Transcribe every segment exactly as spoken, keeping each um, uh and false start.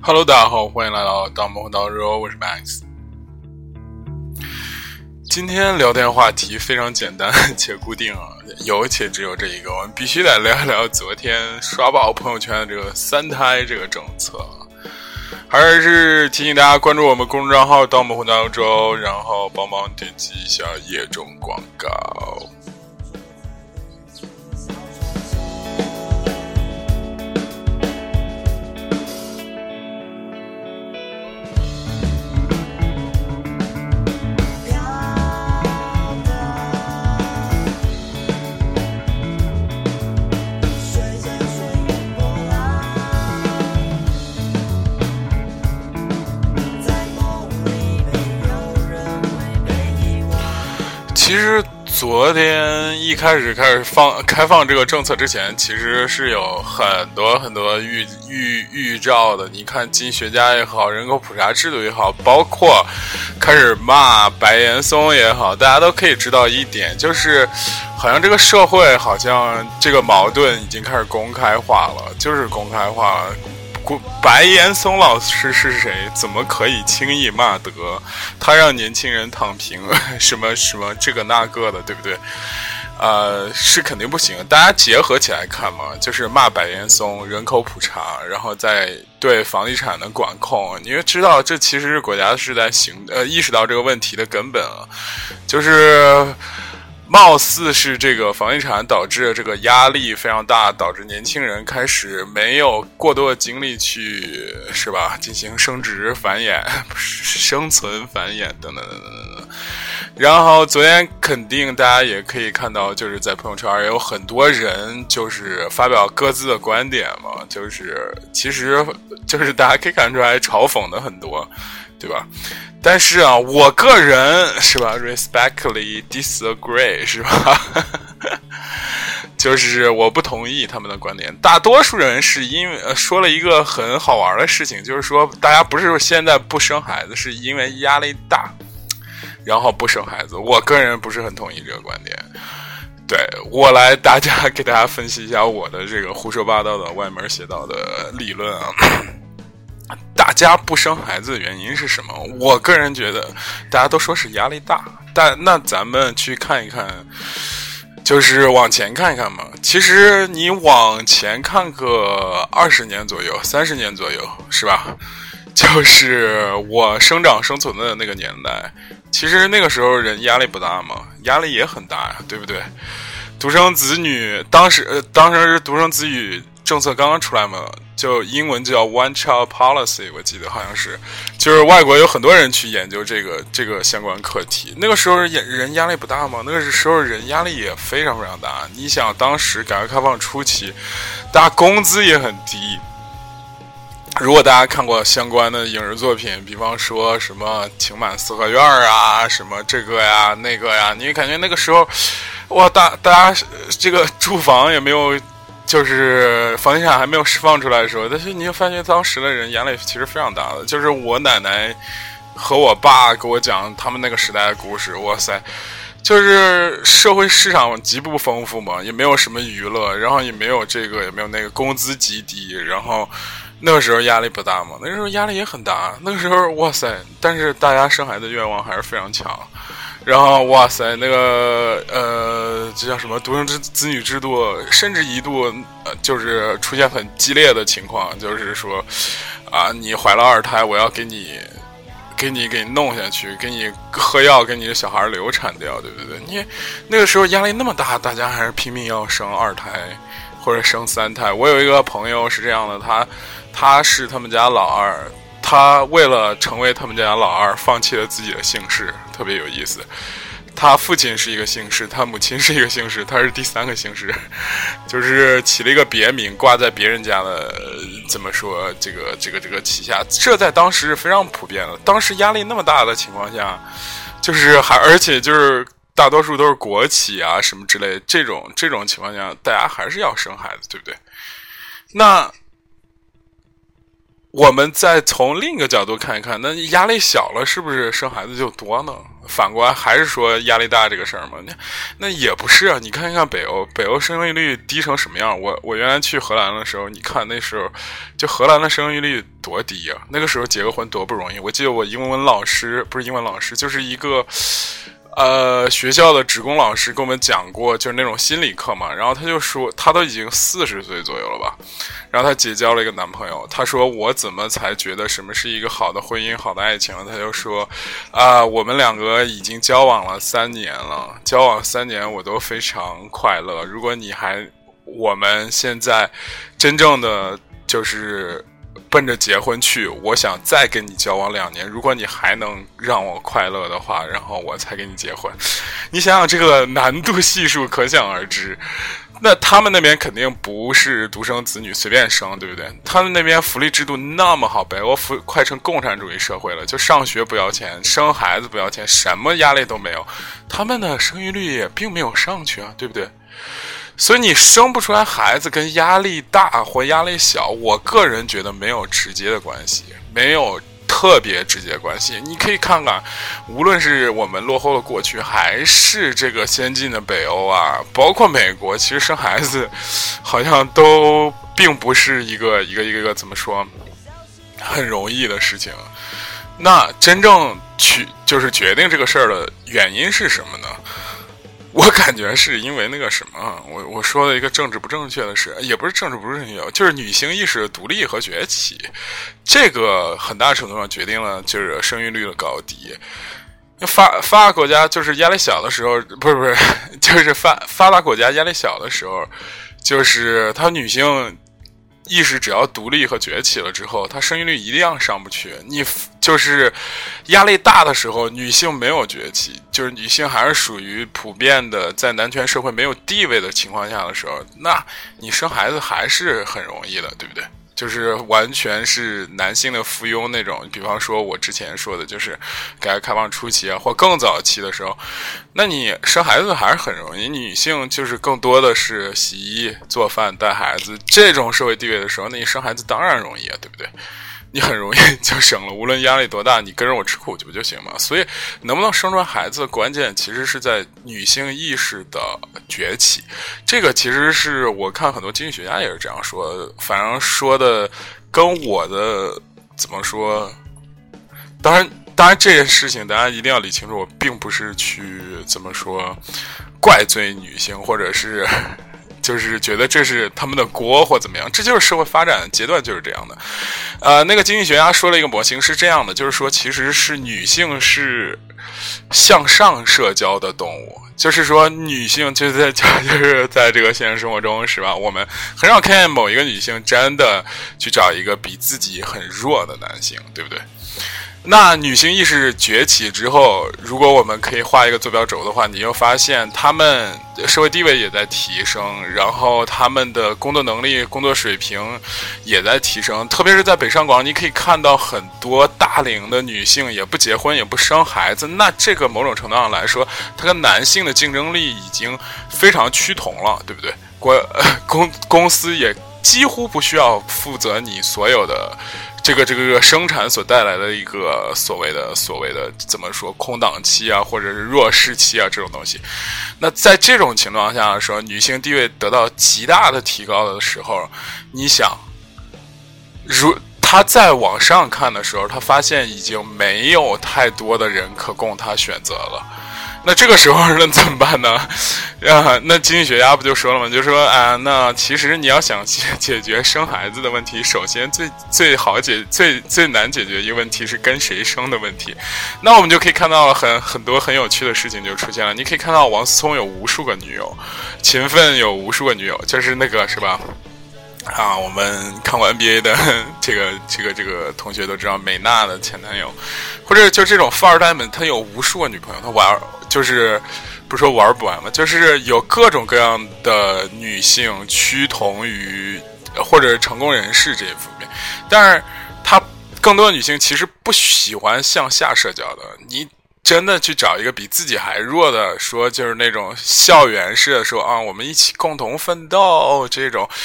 Hello， 大家好，欢迎来到盗梦到日欧，我是 Max。今天聊天话题非常简单且固定啊，有且只有这一个，我们必须得聊一聊昨天刷爆朋友圈的这个三胎这个政策。还是提醒大家关注我们公众账号盗梦到周，然后帮忙点击一下页中广告。其实昨天一开始开始放开放这个政策之前，其实是有很多很多预预预兆的。你看经济学家也好，人口普查制度也好，包括开始骂白岩松也好，大家都可以知道一点，就是好像这个社会好像这个矛盾已经开始公开化了，就是公开化了。白岩松老师是谁？怎么可以轻易骂得？他让年轻人躺平，什么什么这个那个的，对不对？呃，是肯定不行。大家结合起来看嘛，就是骂白岩松、人口普查，然后再对房地产的管控。你要知道，这其实是国家是在行呃意识到这个问题的根本啊，就是。貌似是这个房地产导致这个压力非常大，导致年轻人开始没有过多的精力去是吧进行生殖繁衍、生存繁衍等等等等等。然后昨天肯定大家也可以看到，就是在朋友圈有很多人就是发表各自的观点嘛，就是其实就是大家可以看出来嘲讽的很多。对吧？但是啊，我个人是吧 ，respectfully disagree 是吧？就是我不同意他们的观点。大多数人是因为、呃、说了一个很好玩的事情，就是说大家不是现在不生孩子，是因为压力大，然后不生孩子。我个人不是很同意这个观点。对，我来大家给大家分析一下我的这个胡说八道的歪门邪道的理论啊。大家不生孩子的原因是什么？我个人觉得大家都说是压力大，但那咱们去看一看，就是往前看一看嘛。其实你往前看个二十年左右、三十年左右，是吧？就是我生长生存的那个年代，其实那个时候人压力不大嘛，压力也很大呀，对不对？独生子女，当时呃，当时独生子女政策刚刚出来嘛。就英文叫 One Child Policy， 我记得好像是，就是外国有很多人去研究这个这个相关课题。那个时候人压力不大吗？那个时候人压力也非常非常大。你想，当时改革开放初期，大家工资也很低。如果大家看过相关的影视作品，比方说什么《情满四合院》啊，什么这个呀那个呀，你感觉那个时候，哇，大大家这个住房也没有。就是房地产还没有释放出来的时候，但是你就发现当时的人压力其实非常大的。就是我奶奶和我爸给我讲他们那个时代的故事，哇塞，就是社会市场极不丰富嘛，也没有什么娱乐，然后也没有这个也没有那个，工资极低，然后那个时候压力不大嘛，那个时候压力也很大，那个时候哇塞，但是大家生孩子愿望还是非常强。然后哇塞，那个呃，这叫什么独生子子女制度，甚至一度呃，就是出现很激烈的情况，就是说，啊，你怀了二胎，我要给你，给你给你弄下去，给你喝药，给你的小孩流产掉，对不对？你那个时候压力那么大，大家还是拼命要生二胎或者生三胎。我有一个朋友是这样的，他他是他们家老二。他为了成为他们家老二，放弃了自己的姓氏，特别有意思。他父亲是一个姓氏，他母亲是一个姓氏，他是第三个姓氏，就是起了一个别名，挂在别人家的，怎么说这个这个这个旗下。这在当时是非常普遍的。当时压力那么大的情况下，就是还而且就是大多数都是国企啊什么之类，这种这种情况下，大家还是要生孩子，对不对？那。 我们再从另一个角度看一看，那压力小了，是不是生孩子就多呢？反过来还是说压力大这个事儿吗？那那也不是啊。你看一看北欧，北欧生育率低成什么样？我我原来去荷兰的时候，你看那时候，就荷兰的生育率多低啊！那个时候结个婚多不容易。我记得我英文老师不是英文老师，就是一个。呃，学校的职工老师跟我们讲过，就是那种心理课嘛。然后他就说，他都已经四十岁左右了吧。然后他结交了一个男朋友，他说我怎么才觉得什么是一个好的婚姻、好的爱情了？他就说，啊、呃，我们两个已经交往了三年了，交往三年我都非常快乐。如果你还，我们现在真正的就是奔着结婚去，我想再跟你交往两年，如果你还能让我快乐的话，然后我才跟你结婚。你想想这个难度系数可想而知。那他们那边肯定不是独生子女随便生，对不对？他们那边福利制度那么好，北欧福快成共产主义社会了，就上学不要钱，生孩子不要钱，什么压力都没有，他们的生育率也并没有上去啊，对不对？所以你生不出来孩子跟压力大或压力小，我个人觉得没有直接的关系，没有特别直接关系。你可以看看，无论是我们落后的过去，还是这个先进的北欧啊，包括美国，其实生孩子好像都并不是一个一个一个一个怎么说很容易的事情。那真正去就是决定这个事儿的原因是什么呢？我感觉是因为那个什么，我我说的一个政治不正确的是，也不是政治不正确，就是女性意识的独立和崛起，这个很大程度上决定了就是生育率的高低。发发达国家就是压力小的时候，不是不是，就是发发达国家压力小的时候，就是她女性意识只要独立和崛起了之后，她生育率一定要上不去。你就是压力大的时候，女性没有崛起，就是女性还是属于普遍的在男权社会没有地位的情况下的时候，那你生孩子还是很容易的，对不对？就是完全是男性的附庸那种，比方说我之前说的就是改革开放初期啊，或更早期的时候，那你生孩子还是很容易。女性就是更多的是洗衣做饭带孩子这种社会地位的时候，那你生孩子当然容易啊，对不对？你很容易就生了，无论压力多大，你跟着我吃苦就不就行吗？所以能不能生出来孩子的关键其实是在女性意识的崛起。这个其实是我看很多经济学家也是这样说的，反正说的跟我的怎么说，当然当然这件事情大家一定要理清楚，我并不是去怎么说怪罪女性，或者是就是觉得这是他们的锅或怎么样，这就是社会发展阶段就是这样的。呃，那个经济学家说了一个模型是这样的，就是说其实是女性是向上社交的动物，就是说女性就在就是在这个现实生活中是吧，我们很少看见某一个女性真的去找一个比自己很弱的男性，对不对？那女性意识崛起之后，如果我们可以画一个坐标轴的话，你又发现她们社会地位也在提升，然后她们的工作能力、工作水平也在提升。特别是在北上广，你可以看到很多大龄的女性也不结婚也不生孩子，那这个某种程度上来说，她跟男性的竞争力已经非常趋同了，对不对？国公公司也几乎不需要负责你所有的这个这个生产所带来的一个所谓的所谓的怎么说空档期啊，或者是弱势期啊这种东西。那在这种情况下的时候，女性地位得到极大的提高的时候，你想，如她再往上看的时候，她发现已经没有太多的人可供她选择了。那这个时候那怎么办呢？啊，那经济学家不就说了吗？就说啊，那其实你要想解决生孩子的问题，首先最最好解最最难解决一个问题是跟谁生的问题。那我们就可以看到很很多很有趣的事情就出现了。你可以看到王思聪有无数个女友，勤奋有无数个女友，就是那个是吧？啊，我们看过 N B A 的这个这个这个同学都知道，美娜的前男友，或者就这种富二代们，他有无数个女朋友，他玩就是不是说玩不完嘛，就是有各种各样的女性趋同于或者成功人士这一方面，但是他更多的女性其实不喜欢向下社交的，你真的去找一个比自己还弱的，说就是那种校园式的说啊，我们一起共同奋斗这种，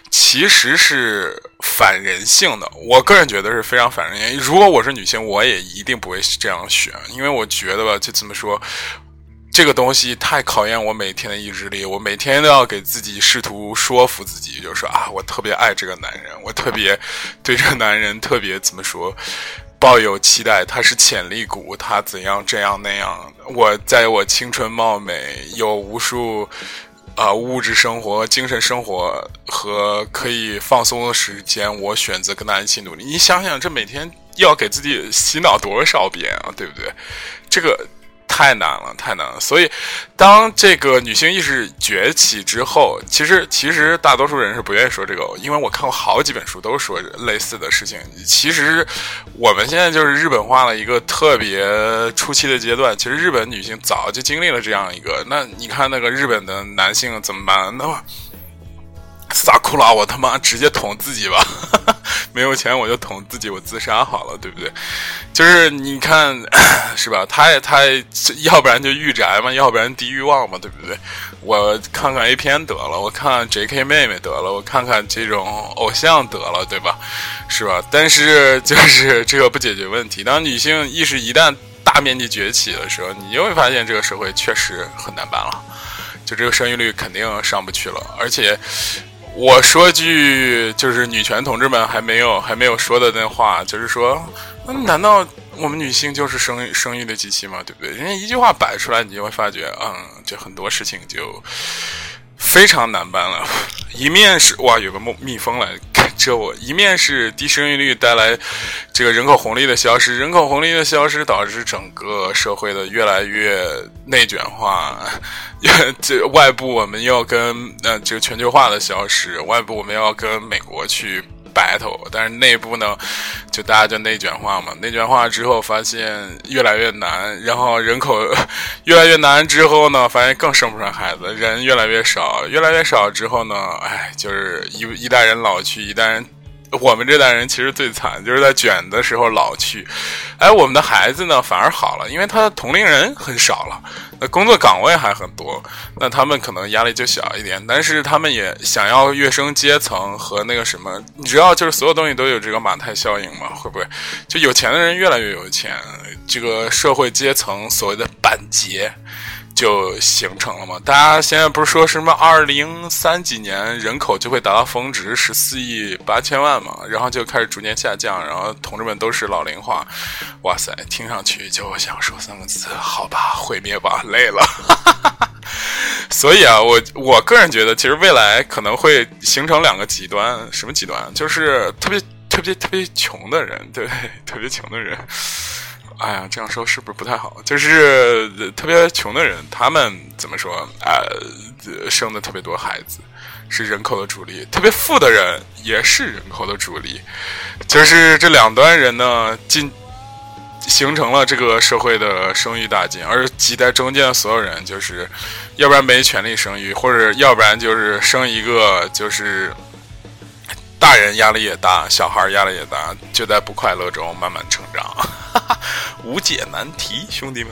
其实是反人性的，我个人觉得是非常反人性。如果我是女性，我也一定不会这样选，因为我觉得吧，就这么说，这个东西太考验我每天的意志力，我每天都要给自己试图说服自己，就是说啊，我特别爱这个男人，我特别对这个男人特别怎么说，抱有期待，他是潜力股，他怎样这样那样，我在我青春貌美，有无数啊、呃，物质生活、精神生活和可以放松的时间，我选择跟他一起努力。你想想，这每天要给自己洗脑多少遍啊，对不对？这个太难了，太难了。所以，当这个女性意识崛起之后，其实其实大多数人是不愿意说这个，因为我看过好几本书都说类似的事情。其实我们现在就是日本化了一个特别初期的阶段，其实日本女性早就经历了这样一个。那你看那个日本的男性怎么办？那么撒库拉，我他妈直接捅自己吧，没有钱我就捅自己，我自杀好了，对不对？就是你看，是吧？他也他也要不然就御宅嘛，要不然低欲望嘛，对不对？我看看 A 片得了，我看看 J K 妹妹得了，我看看这种偶像得了，对吧？是吧？但是就是这个不解决问题。当女性意识一旦大面积崛起的时候，你就会发现这个社会确实很难办了，就这个生育率肯定上不去了，而且。我说句就是女权同志们还没有还没有说的那话，就是说，难道我们女性就是生生育的机器吗？对不对？人家一句话摆出来，你就会发觉，嗯，这很多事情就非常难办了。一面是哇，有个蜜蜂来蛰我；一面是低生育率带来这个人口红利的消失，人口红利的消失导致整个社会的越来越内卷化。这外部我们要跟呃这个全球化的消失，外部我们要跟美国去 battle， 但是内部呢，就大家就内卷化嘛，内卷化之后发现越来越难，然后人口越来越难之后呢，发现更生不出孩子，人越来越少，越来越少之后呢，哎，就是一一代人老去，一代人。我们这代人其实最惨，就是在卷的时候老去，哎，我们的孩子呢反而好了，因为他的同龄人很少了，那工作岗位还很多，那他们可能压力就小一点，但是他们也想要跃升阶层和那个什么，你知道，就是所有东西都有这个马太效应嘛，会不会？就有钱的人越来越有钱，这个社会阶层所谓的板结。就形成了嘛？大家现在不是说什么二零三几年人口就会达到峰值十四亿八千万嘛？然后就开始逐年下降，然后同志们都是老龄化。哇塞，听上去就想说三个字：好吧，毁灭吧，累了。所以啊，我我个人觉得，其实未来可能会形成两个极端，什么极端？就是特别特别特别穷的人，对，特别穷的人。哎呀，这样说是不是不太好？就是特别穷的人，他们怎么说？呃，生的特别多孩子，是人口的主力；特别富的人也是人口的主力。就是这两端人呢，进形成了这个社会的生育大进，而挤在中间的所有人，就是要不然没权利生育，或者要不然就是生一个就是。大人压力也大，小孩压力也大，就在不快乐中慢慢成长，无解难题，兄弟们。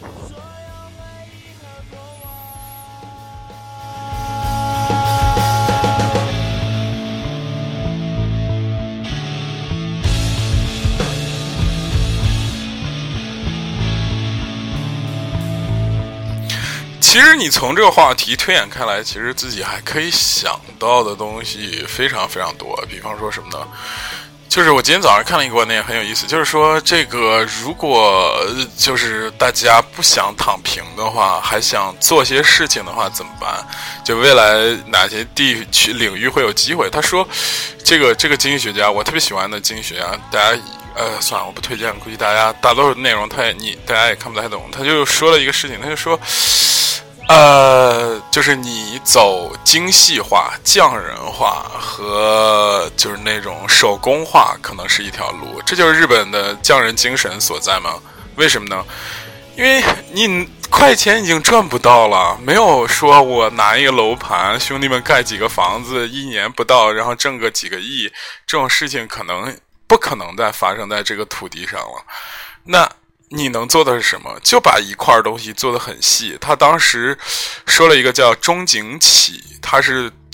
其实你从这个话题推演开来，其实自己还可以想到的东西非常非常多。比方说什么呢？就是我今天早上看了一个观点很有意思，就是说这个如果就是大家不想躺平的话，还想做些事情的话怎么办？就未来哪些地区领域会有机会？他说，这个这个经济学家，我特别喜欢的经济学家，大家呃算了，我不推荐，估计大家大多数内容他也你大家也看不太懂。他就说了一个事情，他就说。呃，就是你走精细化、匠人化和就是那种手工化，可能是一条路。这就是日本的匠人精神所在嘛？为什么呢？因为你快钱已经赚不到了，没有说我拿一个楼盘，兄弟们盖几个房子，一年不到，然后挣个几个亿，这种事情可能不可能再发生在这个土地上了。那。你能做的是什么？就把一块东西做得很细。他当时说了一个叫中景起，他是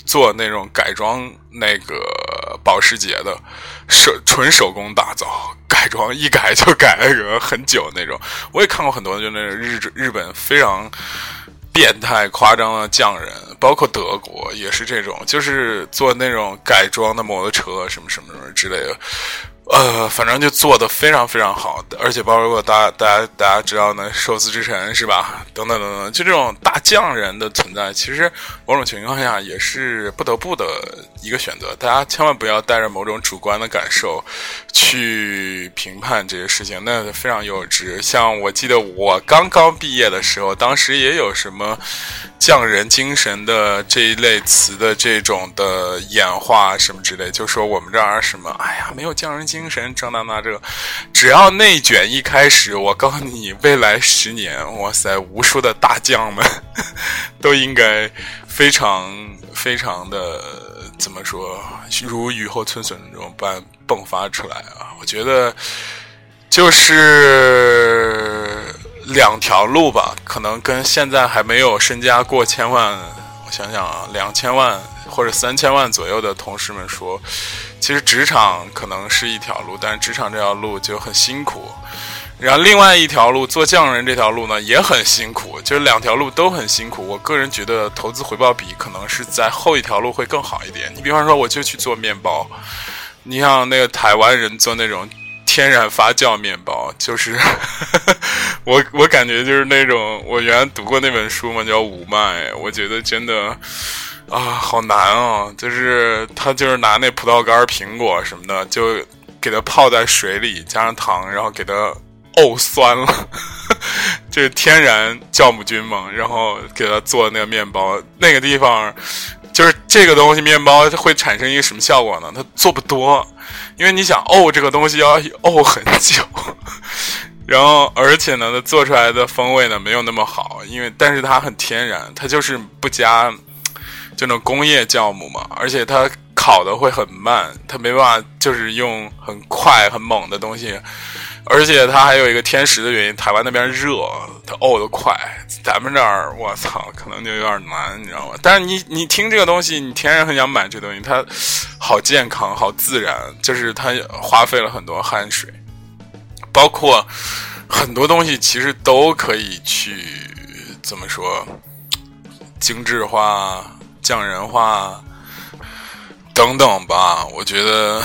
做那种改装那个保时捷的，手纯手工打造，改装一改就改个很久那种。我也看过很多，就那种日日本非常变态夸张的匠人，包括德国也是这种，就是做那种改装的摩托车什么什么什么之类的。呃，反正就做的非常非常好，而且包括大家大家大家知道呢，寿司之神是吧？等等等等，就这种大匠人的存在，其实某种情况下也是不得不的一个选择。大家千万不要带着某种主观的感受去评判这些事情，那非常幼稚。像我记得我刚刚毕业的时候，当时也有什么匠人精神的这一类词的这种的演化什么之类，就说我们这儿什么，哎呀，没有匠人精神，这那那这个，只要内卷一开始，我告诉你，未来十年，哇塞，无数的大将们都应该非常非常的怎么说，如雨后春笋那种般迸发出来啊！我觉得就是两条路吧，可能跟现在还没有身家过千万，我想想啊，两千万或者三千万左右的同事们说，其实职场可能是一条路，但是职场这条路就很辛苦。然后另外一条路，做匠人这条路呢也很辛苦，就是两条路都很辛苦。我个人觉得投资回报比可能是在后一条路会更好一点。你比方说，我就去做面包，你像那个台湾人做那种天然发酵面包，就是我我感觉就是那种，我原来读过那本书嘛，叫《五脉》，我觉得真的啊，好难啊！就是他就是拿那葡萄干、苹果什么的，就给它泡在水里，加上糖，然后给它沤酸了，这是天然酵母菌嘛，然后给它做那个面包。那个地方就是这个东西，面包会产生一个什么效果呢？它做不多，因为你想沤这个东西要沤很久。然后，而且呢，它做出来的风味呢没有那么好，因为但是它很天然，它就是不加这种工业酵母嘛，而且它烤的会很慢，它没办法就是用很快很猛的东西，而且它还有一个天时的原因，台湾那边热，它沤得快，咱们这儿我操可能就有点难，你知道吗？但是你你听这个东西，你天然很想买这东西，它好健康好自然，就是它花费了很多汗水，包括很多东西其实都可以去怎么说精致化匠人化等等吧。我觉得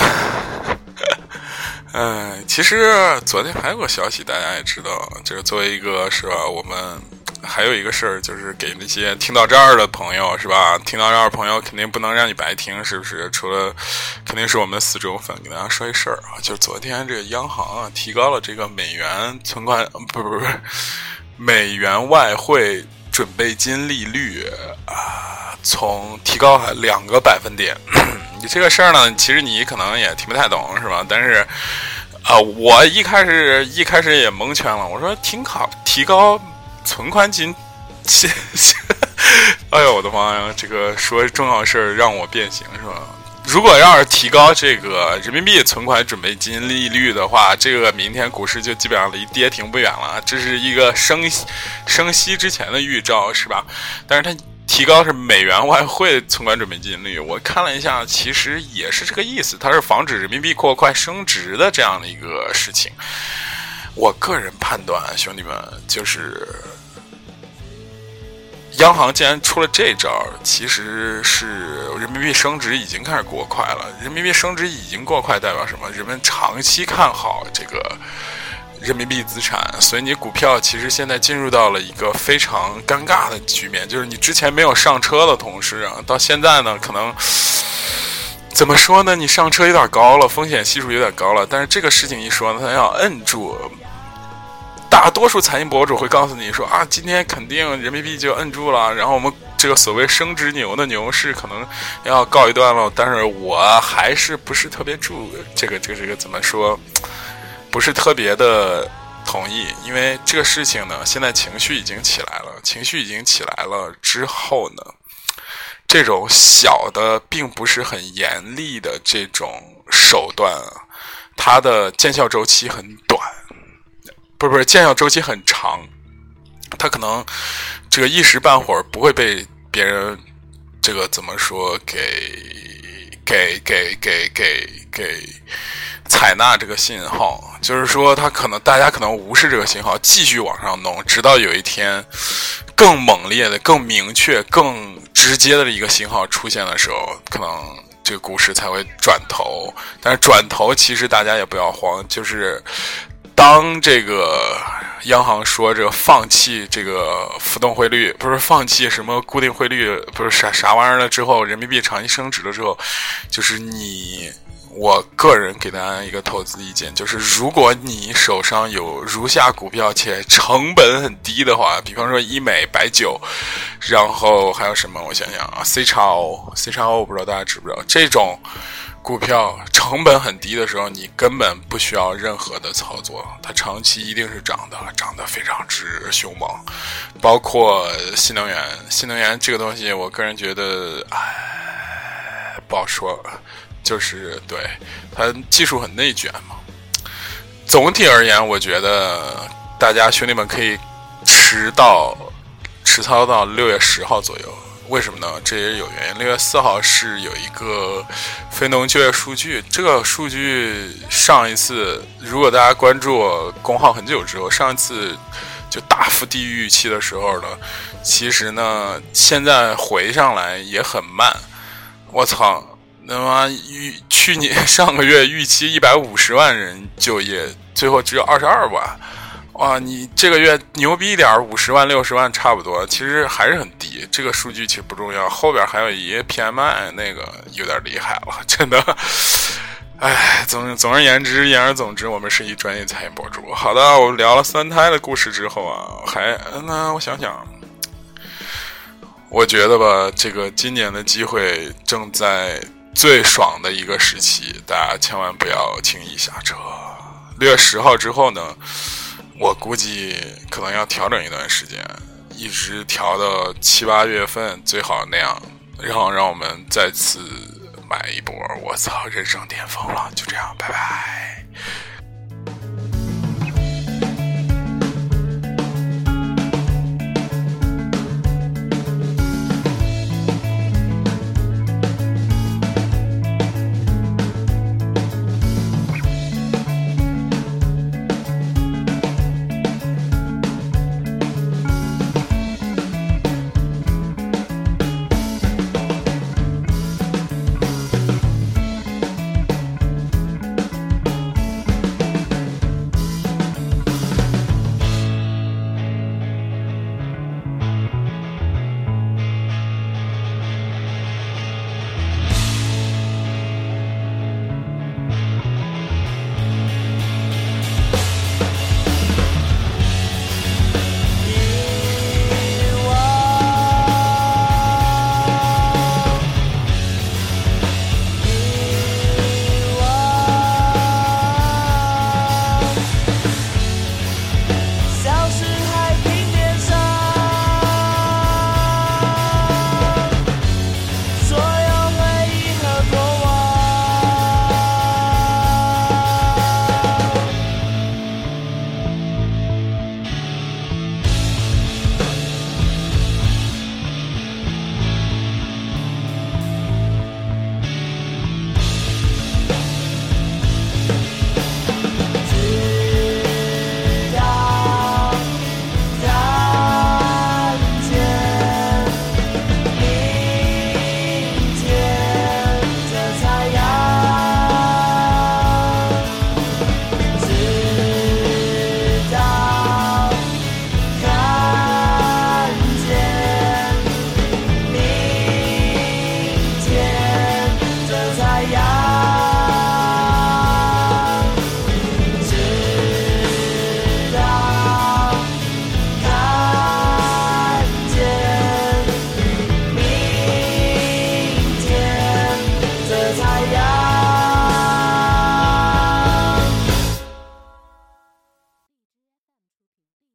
嗯，其实昨天还有个消息大家也知道，就是作为一个是吧，我们还有一个事儿，就是给那些听到这儿的朋友是吧，听到这儿的朋友肯定不能让你白听，是不是？除了肯定是我们的死忠粉，给大家说一事儿啊，就是昨天这个央行啊提高了这个美元存款不不不美元外汇准备金利率啊，从提高了两个百分点。你这个事儿呢，其实你可能也听不太懂，是吧？但是，啊、呃，我一开始一开始也蒙圈了。我说挺好，提高存款金，哎呦我的妈呀！这个说重要事儿让我变形是吧？如果要是提高这个人民币存款准备金利率的话，这个明天股市就基本上离跌停不远了。这是一个升升息之前的预兆，是吧？但是它提高是美元外汇存款准备金率，我看了一下，其实也是这个意思，它是防止人民币过快升值的这样的一个事情。我个人判断，兄弟们，就是央行既然出了这招，其实是人民币升值已经开始过快了。人民币升值已经过快代表什么？人们长期看好这个人民币资产，所以你股票其实现在进入到了一个非常尴尬的局面，就是你之前没有上车的同时啊，到现在呢，可能怎么说呢？你上车有点高了，风险系数有点高了，但是这个事情一说呢，它要摁住。大多数财经博主会告诉你说啊，今天肯定人民币就摁住了，然后我们这个所谓升值牛的牛市可能要告一段落。但是我还是不是特别注这个这个这个怎么说，不是特别的同意，因为这个事情呢，现在情绪已经起来了，情绪已经起来了之后呢，这种小的并不是很严厉的这种手段啊，它的见效周期很短。不是不是，见效周期很长，它可能这个一时半会儿不会被别人这个怎么说给给给给给给采纳这个信号，就是说他可能大家可能无视这个信号，继续往上弄，直到有一天更猛烈的、更明确、更直接的一个信号出现的时候，可能这个股市才会转头。但是转头其实大家也不要慌，就是当这个央行说这个放弃这个浮动汇率，不是放弃什么固定汇率，不是啥啥玩意儿了之后，人民币长期升值了之后，就是你我个人给大家一个投资意见，就是如果你手上有如下股票且成本很低的话，比方说医美、白酒，然后还有什么我想想啊 C X O C X O 我不知道大家知不知道，这种股票成本很低的时候，你根本不需要任何的操作，它长期一定是涨的，涨得非常之凶猛。包括新能源，新能源这个东西，我个人觉得，哎，不好说，就是对它技术很内卷嘛。总体而言，我觉得大家兄弟们可以持到持操到六月十号左右。为什么呢？这也有原因。六月四号是有一个非农就业数据，这个数据上一次，如果大家关注我公号很久之后，上一次就大幅低于预期的时候呢，其实呢，现在回上来也很慢。我操，那么预去年上个月预期一百五十万人就业，最后只有二十二万。哇，你这个月牛逼一点，五十万、六十万差不多，其实还是很低。这个数据其实不重要，后边还有一个 P M I， 那个有点厉害了，真的。哎，总总而言之，言而总之，我们是一专业财经博主。好的，我聊了三胎的故事之后啊，还那我想想，我觉得吧，这个今年的机会正在最爽的一个时期，大家千万不要轻易下车。六月十号之后呢？我估计可能要调整一段时间，一直调到七八月份，最好那样，然后让我们再次买一波。我操，人生巅峰了！就这样，拜拜。